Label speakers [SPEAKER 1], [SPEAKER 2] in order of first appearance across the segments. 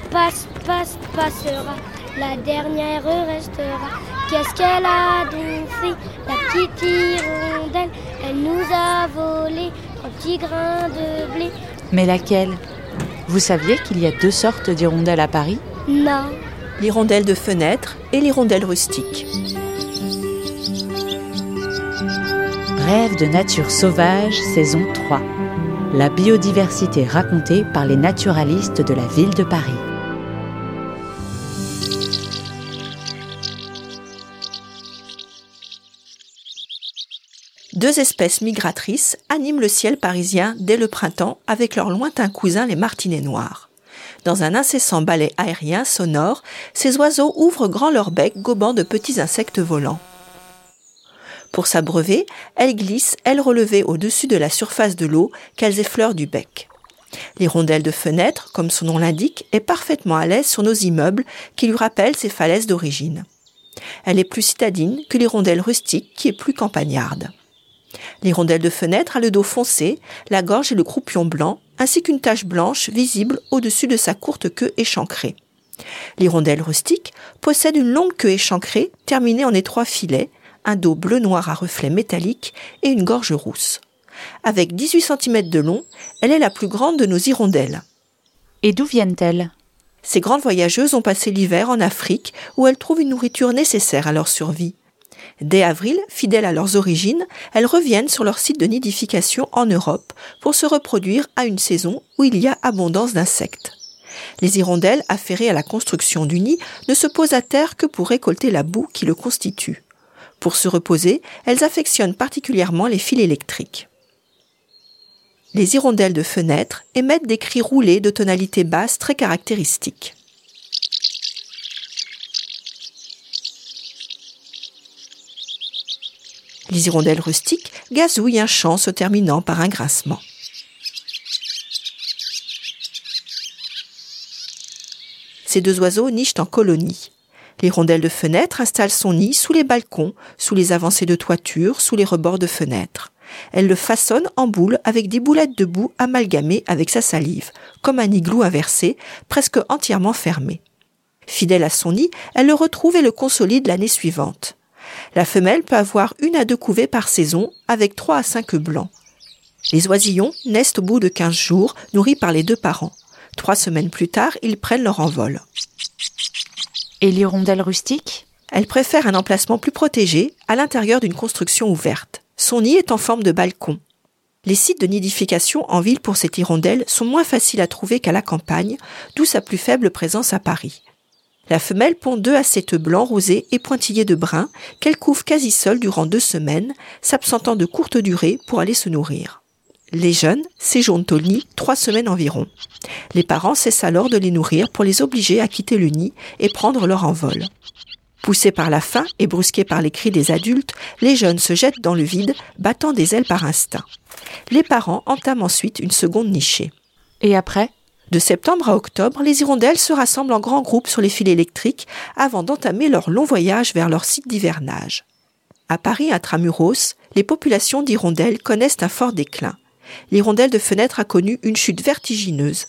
[SPEAKER 1] passera, la dernière restera. Qu'est-ce qu'elle a donc fait, la petite hirondelle? Elle nous a volé 3 petits grains de blé.
[SPEAKER 2] Mais laquelle? Vous saviez qu'il y a 2 sortes d'hirondelles à Paris?
[SPEAKER 1] Non.
[SPEAKER 3] L'hirondelle de fenêtre et l'hirondelle rustique.
[SPEAKER 2] Rêve de nature sauvage, saison 3. La biodiversité racontée par les naturalistes de la ville de Paris.
[SPEAKER 3] Deux espèces migratrices animent le ciel parisien dès le printemps avec leurs lointains cousins les martinets noirs. Dans un incessant ballet aérien sonore, ces oiseaux ouvrent grand leur bec gobant de petits insectes volants. Pour s'abreuver, elles glissent, ailes relevées au-dessus de la surface de l'eau qu'elles effleurent du bec. L'hirondelle de fenêtre, comme son nom l'indique, est parfaitement à l'aise sur nos immeubles qui lui rappellent ses falaises d'origine. Elle est plus citadine que l'hirondelle rustique qui est plus campagnarde. L'hirondelle de fenêtre a le dos foncé, la gorge et le croupion blanc, ainsi qu'une tache blanche visible au-dessus de sa courte queue échancrée. L'hirondelle rustique possède une longue queue échancrée terminée en étroits filets, un dos bleu-noir à reflets métalliques et une gorge rousse. Avec 18 cm de long, elle est la plus grande de nos hirondelles.
[SPEAKER 2] Et d'où viennent-elles?
[SPEAKER 3] Ces grandes voyageuses ont passé l'hiver en Afrique où elles trouvent une nourriture nécessaire à leur survie. Dès avril, fidèles à leurs origines, elles reviennent sur leur site de nidification en Europe pour se reproduire à une saison où il y a abondance d'insectes. Les hirondelles, affairées à la construction du nid, ne se posent à terre que pour récolter la boue qui le constitue. Pour se reposer, elles affectionnent particulièrement les fils électriques. Les hirondelles de fenêtre émettent des cris roulés de tonalité basse très caractéristiques. Les hirondelles rustiques gazouillent un chant se terminant par un grincement. Ces deux oiseaux nichent en colonie. L'hirondelle de fenêtre installe son nid sous les balcons, sous les avancées de toiture, sous les rebords de fenêtres. Elle le façonne en boule avec des boulettes de boue amalgamées avec sa salive, comme un igloo inversé, presque entièrement fermé. Fidèle à son nid, elle le retrouve et le consolide l'année suivante. La femelle peut avoir 1 à 2 couvées par saison, avec 3 à 5 œufs blancs. Les oisillons naissent au bout de 15 jours, nourris par les 2 parents. 3 semaines plus tard, ils prennent leur envol.
[SPEAKER 2] Et l'hirondelle rustique?
[SPEAKER 3] Elle préfère un emplacement plus protégé, à l'intérieur d'une construction ouverte. Son nid est en forme de balcon. Les sites de nidification en ville pour cette hirondelle sont moins faciles à trouver qu'à la campagne, d'où sa plus faible présence à Paris. La femelle pond 2 à 7 œufs blancs rosés et pointillés de brun qu'elle couve quasi seule durant 2 semaines, s'absentant de courte durée pour aller se nourrir. Les jeunes séjournent au nid 3 semaines environ. Les parents cessent alors de les nourrir pour les obliger à quitter le nid et prendre leur envol. Poussés par la faim et brusqués par les cris des adultes, les jeunes se jettent dans le vide, battant des ailes par instinct. Les parents entament ensuite une seconde nichée.
[SPEAKER 2] Et après?
[SPEAKER 3] De septembre à octobre, les hirondelles se rassemblent en grands groupes sur les fils électriques avant d'entamer leur long voyage vers leur site d'hivernage. À Paris intramuros, les populations d'hirondelles connaissent un fort déclin. L'hirondelle de fenêtre a connu une chute vertigineuse.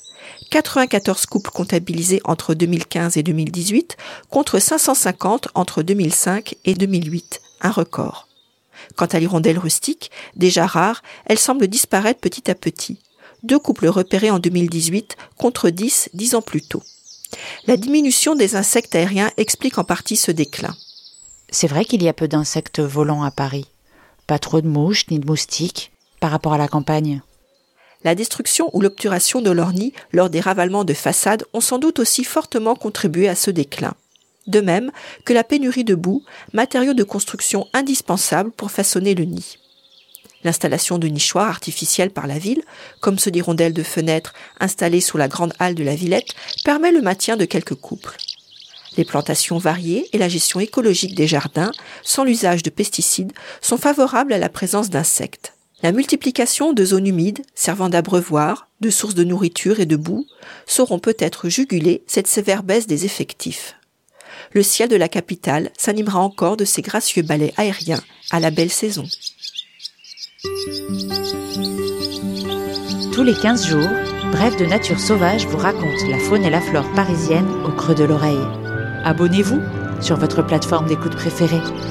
[SPEAKER 3] 94 couples comptabilisés entre 2015 et 2018 contre 550 entre 2005 et 2008, un record. Quant à l'hirondelle rustique, déjà rare, elle semble disparaître petit à petit. 2 couples repérés en 2018 contre 10 ans plus tôt. La diminution des insectes aériens explique en partie ce déclin.
[SPEAKER 2] C'est vrai qu'il y a peu d'insectes volants à Paris. Pas trop de mouches ni de moustiques par rapport à la campagne.
[SPEAKER 3] La destruction ou l'obturation de leur nid lors des ravalements de façades ont sans doute aussi fortement contribué à ce déclin. De même que la pénurie de boue, matériau de construction indispensable pour façonner le nid. L'installation de nichoirs artificiels par la ville, comme ceux d'hirondelles de fenêtre installés sous la grande halle de la Villette, permet le maintien de quelques couples. Les plantations variées et la gestion écologique des jardins, sans l'usage de pesticides, sont favorables à la présence d'insectes. La multiplication de zones humides, servant d'abreuvoirs, de sources de nourriture et de boue, sauront peut-être juguler cette sévère baisse des effectifs. Le ciel de la capitale s'animera encore de ces gracieux ballets aériens à la belle saison.
[SPEAKER 2] Tous les 15 jours, Bref de nature sauvage vous raconte la faune et la flore parisienne au creux de l'oreille. Abonnez-vous sur votre plateforme d'écoute préférée.